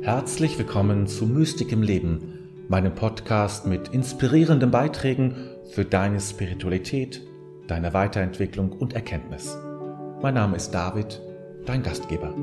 Herzlich willkommen zu Mystik im Leben, meinem Podcast mit inspirierenden Beiträgen für deine Spiritualität, deine Weiterentwicklung und Erkenntnis. Mein Name ist David, dein Gastgeber.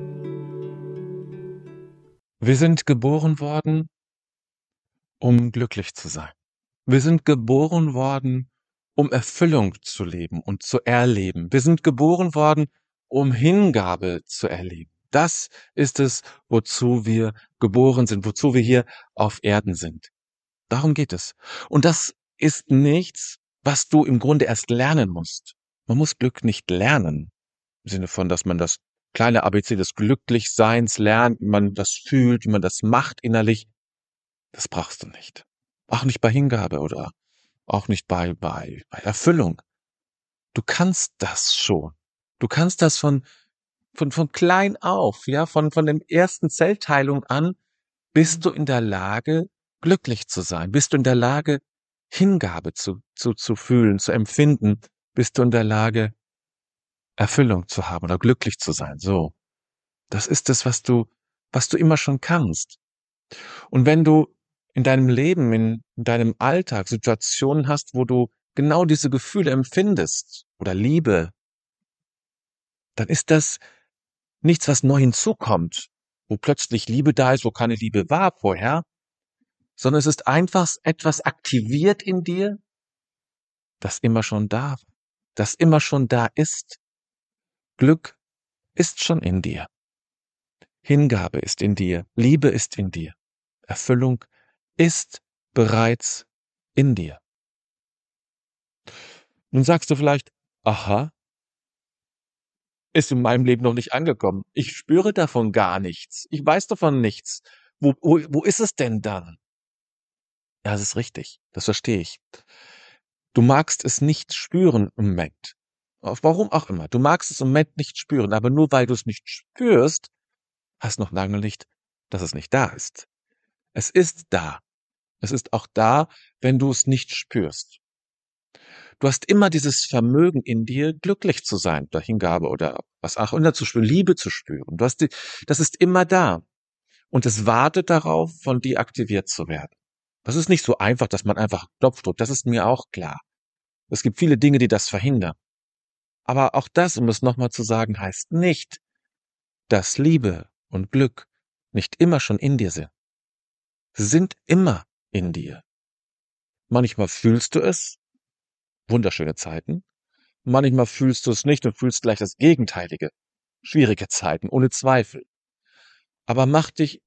Wir sind geboren worden, um glücklich zu sein. Wir sind geboren worden, um Erfüllung zu leben und zu erleben. Wir sind geboren worden, um Hingabe zu erleben. Das ist es, wozu wir geboren sind, wozu wir hier auf Erden sind. Darum geht es. Und das ist nichts, was du im Grunde erst lernen musst. Man muss Glück nicht lernen, im Sinne von, dass man das kleine ABC des Glücklichseins lernt, wie man das fühlt, wie man das macht innerlich. Das brauchst du nicht. Auch nicht bei Hingabe oder auch nicht bei Erfüllung. Du kannst das schon. Du kannst das von klein auf, ja, von der ersten Zellteilung an, bist du in der Lage, glücklich zu sein. Bist du in der Lage, Hingabe zu fühlen, zu empfinden. Bist du in der Lage, Erfüllung zu haben oder glücklich zu sein. So. Das ist es, was du immer schon kannst. Und wenn du in deinem Leben, in deinem Alltag Situationen hast, wo du genau diese Gefühle empfindest oder Liebe, dann ist das nichts, was neu hinzukommt, wo plötzlich Liebe da ist, wo keine Liebe war vorher, sondern es ist einfach etwas aktiviert in dir, das immer schon da war, das immer schon da ist. Glück ist schon in dir. Hingabe ist in dir. Liebe ist in dir. Erfüllung ist bereits in dir. Nun sagst du vielleicht, aha, ist in meinem Leben noch nicht angekommen. Ich spüre davon gar nichts. Ich weiß davon nichts. Wo ist es denn dann? Ja, das ist richtig. Das verstehe ich. Du magst es nicht spüren im Moment. Warum auch immer. Du magst es im Moment nicht spüren, aber nur weil du es nicht spürst, heißt noch lange nicht, dass es nicht da ist. Es ist da. Es ist auch da, wenn du es nicht spürst. Du hast immer dieses Vermögen in dir, glücklich zu sein, durch Hingabe oder was auch immer zu spüren, Liebe zu spüren. Das ist immer da. Und es wartet darauf, von dir aktiviert zu werden. Das ist nicht so einfach, dass man einfach Knopf drückt. Das ist mir auch klar. Es gibt viele Dinge, die das verhindern. Aber auch das, um es nochmal zu sagen, heißt nicht, dass Liebe und Glück nicht immer schon in dir sind. Sie sind immer in dir. Manchmal fühlst du es, wunderschöne Zeiten. Manchmal fühlst du es nicht und fühlst gleich das Gegenteilige. Schwierige Zeiten, ohne Zweifel. Aber mach dir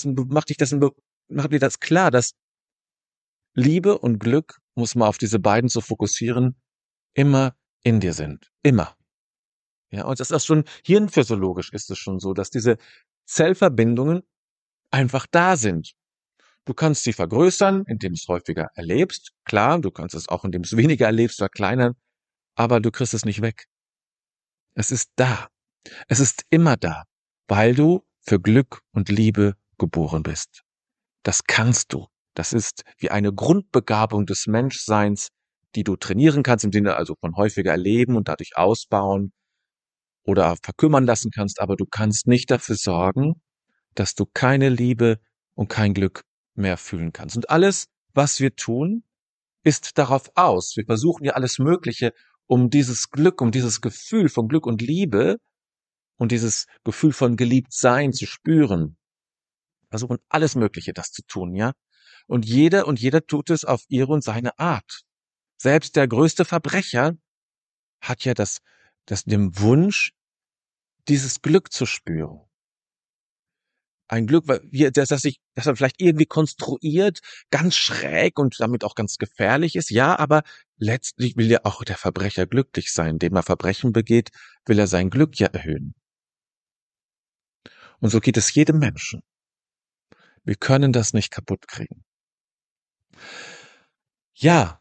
das klar, dass Liebe und Glück, muss man auf diese beiden zu fokussieren, immer in dir sind. Immer. Ja, und das ist schon hirnphysiologisch ist es schon so, dass diese Zellverbindungen einfach da sind. Du kannst sie vergrößern, indem du es häufiger erlebst. Klar, du kannst es auch, indem du es weniger erlebst, verkleinern, aber du kriegst es nicht weg. Es ist da. Es ist immer da, weil du für Glück und Liebe geboren bist. Das kannst du. Das ist wie eine Grundbegabung des Menschseins, die du trainieren kannst, im Sinne also von häufiger erleben und dadurch ausbauen oder verkümmern lassen kannst, aber du kannst nicht dafür sorgen, dass du keine Liebe und kein Glück mehr fühlen kannst. Und alles, was wir tun, ist darauf aus. Wir versuchen ja alles Mögliche, um dieses Glück, um dieses Gefühl von Glück und Liebe und dieses Gefühl von Geliebtsein zu spüren. Versuchen alles Mögliche, das zu tun, ja. Und jeder tut es auf ihre und seine Art. Selbst der größte Verbrecher hat ja den Wunsch, dieses Glück zu spüren. Ein Glück, das er vielleicht irgendwie konstruiert, ganz schräg und damit auch ganz gefährlich ist. Ja, aber letztlich will ja auch der Verbrecher glücklich sein. Indem er Verbrechen begeht, will er sein Glück ja erhöhen. Und so geht es jedem Menschen. Wir können das nicht kaputt kriegen. Ja.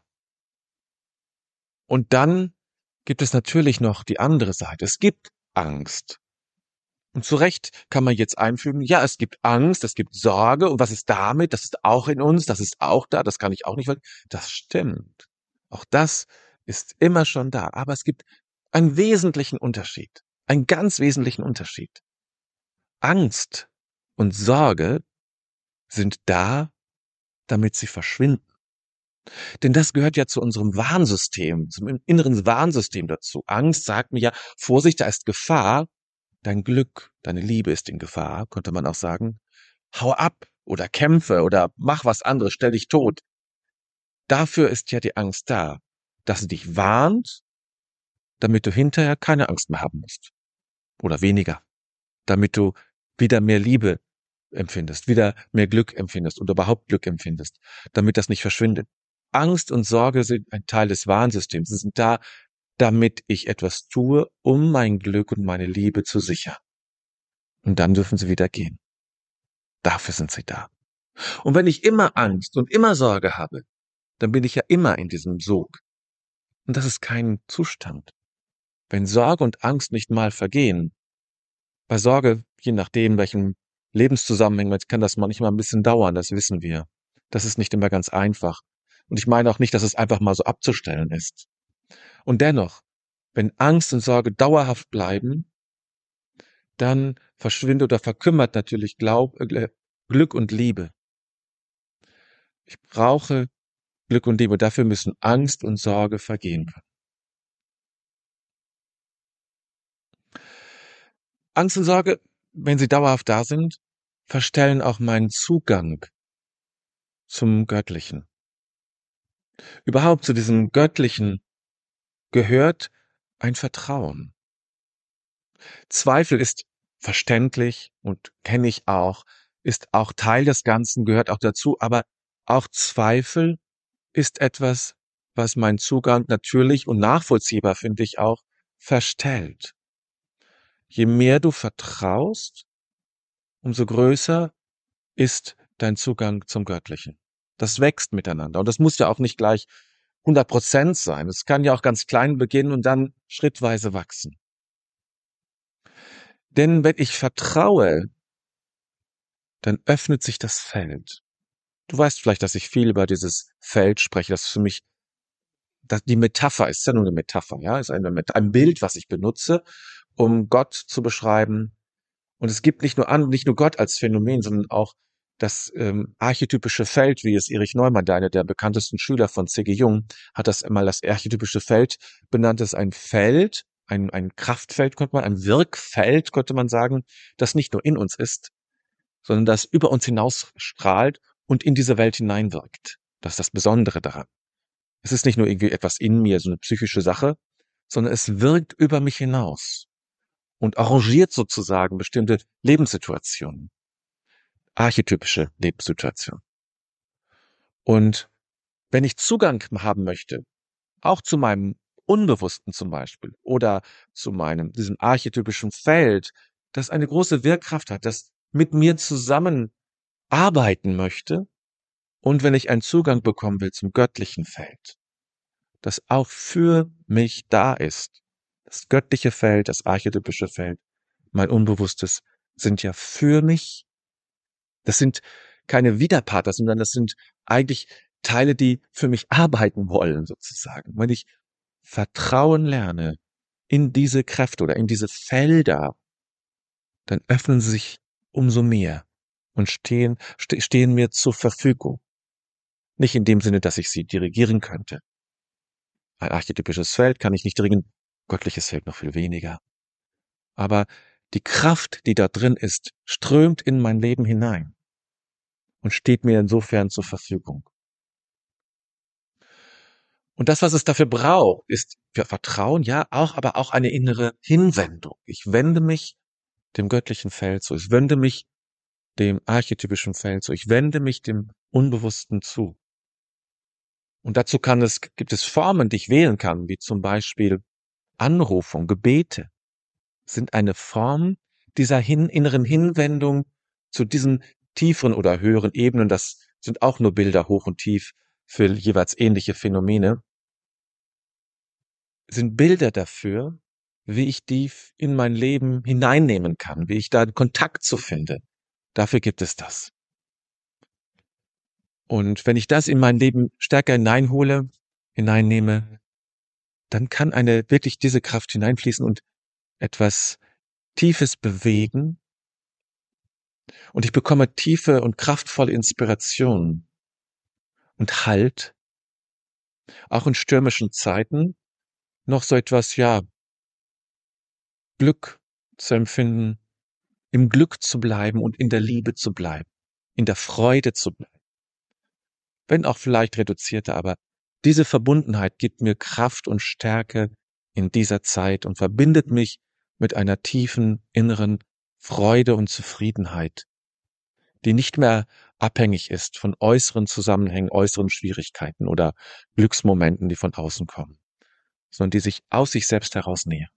Und dann gibt es natürlich noch die andere Seite. Es gibt Angst. Und zu Recht kann man jetzt einfügen, ja, es gibt Angst, es gibt Sorge. Und was ist damit? Das ist auch in uns, das ist auch da, das kann ich auch nicht verstehen. Das stimmt. Auch das ist immer schon da. Aber es gibt einen wesentlichen Unterschied. Einen ganz wesentlichen Unterschied. Angst und Sorge sind da, damit sie verschwinden. Denn das gehört ja zu unserem Warnsystem, zum inneren Warnsystem dazu. Angst sagt mir ja, Vorsicht, da ist Gefahr. Dein Glück, deine Liebe ist in Gefahr, könnte man auch sagen. Hau ab oder kämpfe oder mach was anderes, stell dich tot. Dafür ist ja die Angst da, dass sie dich warnt, damit du hinterher keine Angst mehr haben musst. Oder weniger. Damit du wieder mehr Liebe empfindest, wieder mehr Glück empfindest oder überhaupt Glück empfindest, damit das nicht verschwindet. Angst und Sorge sind ein Teil des Warnsystems. Sie sind da, damit ich etwas tue, um mein Glück und meine Liebe zu sichern. Und dann dürfen sie wieder gehen. Dafür sind sie da. Und wenn ich immer Angst und immer Sorge habe, dann bin ich ja immer in diesem Sog. Und das ist kein Zustand. Wenn Sorge und Angst nicht mal vergehen, bei Sorge, je nachdem, welchen Lebenszusammenhang, kann das manchmal ein bisschen dauern, das wissen wir. Das ist nicht immer ganz einfach. Und ich meine auch nicht, dass es einfach mal so abzustellen ist. Und dennoch, wenn Angst und Sorge dauerhaft bleiben, dann verschwindet oder verkümmert natürlich Glück und Liebe. Ich brauche Glück und Liebe. Dafür müssen Angst und Sorge vergehen können. Angst und Sorge, wenn sie dauerhaft da sind, verstellen auch meinen Zugang zum Göttlichen. Überhaupt zu diesem Göttlichen gehört ein Vertrauen. Zweifel ist verständlich und kenne ich auch, ist auch Teil des Ganzen, gehört auch dazu, aber auch Zweifel ist etwas, was meinen Zugang natürlich und nachvollziehbar, finde ich auch, verstellt. Je mehr du vertraust, umso größer ist dein Zugang zum Göttlichen. Das wächst miteinander. Und das muss ja auch nicht gleich 100% sein. Es kann ja auch ganz klein beginnen und dann schrittweise wachsen. Denn wenn ich vertraue, dann öffnet sich das Feld. Du weißt vielleicht, dass ich viel über dieses Feld spreche. Das ist für mich, die Metapher ist ja nur eine Metapher, ja, ist ein Bild, was ich benutze, um Gott zu beschreiben. Und es gibt nicht nur Gott als Phänomen, sondern auch das archetypische Feld, wie es Erich Neumann, einer der bekanntesten Schüler von C.G. Jung, hat das einmal das archetypische Feld benannt. Das ist ein Feld, ein Kraftfeld, ein Wirkfeld, könnte man sagen, das nicht nur in uns ist, sondern das über uns hinaus strahlt und in diese Welt hineinwirkt. Das ist das Besondere daran. Es ist nicht nur irgendwie etwas in mir, so eine psychische Sache, sondern es wirkt über mich hinaus und arrangiert sozusagen bestimmte Lebenssituationen, archetypische Lebenssituationen. Und wenn ich Zugang haben möchte, auch zu meinem Unbewussten zum Beispiel oder zu diesem archetypischen Feld, das eine große Wirkkraft hat, das mit mir zusammen arbeiten möchte, und wenn ich einen Zugang bekommen will zum göttlichen Feld, das auch für mich da ist, das göttliche Feld, das archetypische Feld, mein Unbewusstes, sind ja für mich. Das sind keine Widerpartner, sondern das sind eigentlich Teile, die für mich arbeiten wollen, sozusagen. Wenn ich Vertrauen lerne in diese Kräfte oder in diese Felder, dann öffnen sie sich umso mehr und stehen mir zur Verfügung. Nicht in dem Sinne, dass ich sie dirigieren könnte. Ein archetypisches Feld kann ich nicht dirigieren, göttliches Feld noch viel weniger. Aber die Kraft, die da drin ist, strömt in mein Leben hinein und steht mir insofern zur Verfügung. Und das, was es dafür braucht, ist für Vertrauen, ja, aber auch eine innere Hinwendung. Ich wende mich dem göttlichen Feld zu. Ich wende mich dem archetypischen Feld zu. Ich wende mich dem Unbewussten zu. Und dazu gibt es Formen, die ich wählen kann, wie zum Beispiel Anrufung, Gebete, sind eine Form dieser inneren Hinwendung zu diesen tieferen oder höheren Ebenen. Das sind auch nur Bilder hoch und tief für jeweils ähnliche Phänomene. Sind Bilder dafür, wie ich die in mein Leben hineinnehmen kann, wie ich da Kontakt zu finde. Dafür gibt es das. Und wenn ich das in mein Leben stärker hineinnehme, dann kann wirklich diese Kraft hineinfließen und etwas Tiefes bewegen, Und ich bekomme tiefe und kraftvolle Inspiration und Halt, auch in stürmischen Zeiten, noch so etwas, ja, Glück zu empfinden, im Glück zu bleiben und in der Liebe zu bleiben, in der Freude zu bleiben. Wenn auch vielleicht reduzierter, aber diese Verbundenheit gibt mir Kraft und Stärke in dieser Zeit und verbindet mich mit einer tiefen inneren Freude und Zufriedenheit, die nicht mehr abhängig ist von äußeren Zusammenhängen, äußeren Schwierigkeiten oder Glücksmomenten, die von außen kommen, sondern die sich aus sich selbst heraus nähren.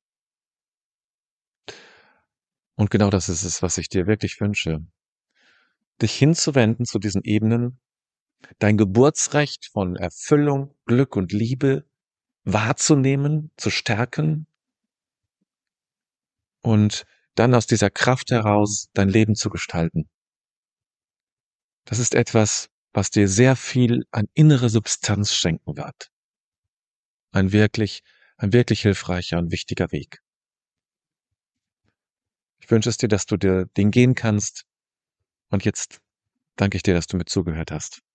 Und genau das ist es, was ich dir wirklich wünsche, dich hinzuwenden zu diesen Ebenen, dein Geburtsrecht von Erfüllung, Glück und Liebe wahrzunehmen, zu stärken und dann aus dieser Kraft heraus dein Leben zu gestalten. Das ist etwas, was dir sehr viel an innere Substanz schenken wird. Ein wirklich hilfreicher und wichtiger Weg. Ich wünsche es dir, dass du den gehen kannst. Und jetzt danke ich dir, dass du mir zugehört hast.